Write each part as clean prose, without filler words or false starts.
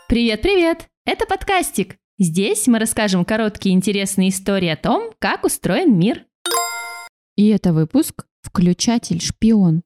Привет-привет! Это подкастик. Здесь мы расскажем короткие интересные истории о том, как устроен мир. И это выпуск «Включатель-шпион».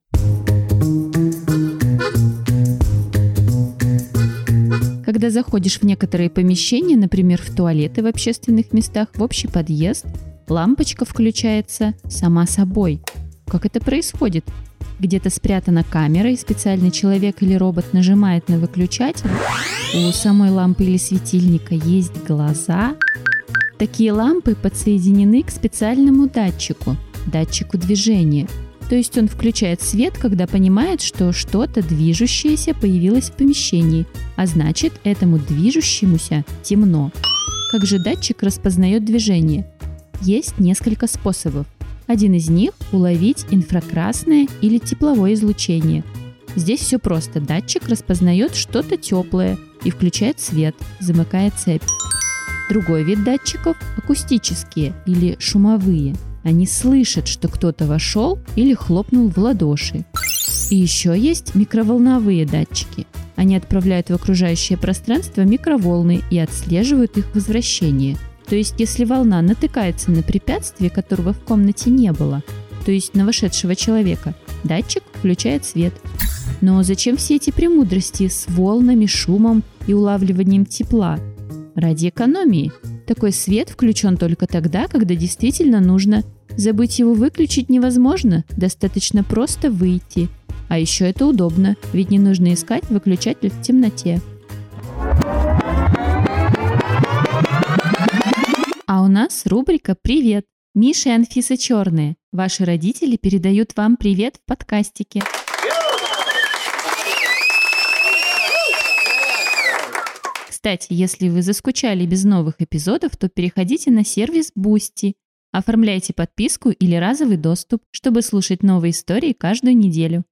Когда заходишь в некоторые помещения, например, в туалеты в общественных местах, в общий подъезд, лампочка включается сама собой. Как это происходит? Где-то спрятана камера, и специальный человек или робот нажимает на выключатель. У самой лампы или светильника есть глаза. Такие лампы подсоединены к специальному датчику движения. То есть он включает свет, когда понимает, что что-то движущееся появилось в помещении, а значит, этому движущемуся темно. Как же датчик распознает движение? Есть несколько способов. Один из них – уловить инфракрасное или тепловое излучение. Здесь все просто. Датчик распознает что-то теплое и включает свет, замыкая цепь. Другой вид датчиков – акустические или шумовые. Они слышат, что кто-то вошел или хлопнул в ладоши. И еще есть микроволновые датчики. Они отправляют в окружающее пространство микроволны и отслеживают их возвращение. То есть, если волна натыкается на препятствие, которого в комнате не было, то есть на вошедшего человека, датчик включает свет. Но зачем все эти премудрости с волнами, шумом и улавливанием тепла? Ради экономии. Такой свет включен только тогда, когда действительно нужно. Забыть его выключить невозможно, достаточно просто выйти. А еще это удобно, ведь не нужно искать выключатель в темноте. А у нас рубрика «Привет». Миша и Анфиса Черные. Ваши родители передают вам привет в подкастике. Кстати, если вы заскучали без новых эпизодов, то переходите на сервис Boosty. Оформляйте подписку или разовый доступ, чтобы слушать новые истории каждую неделю.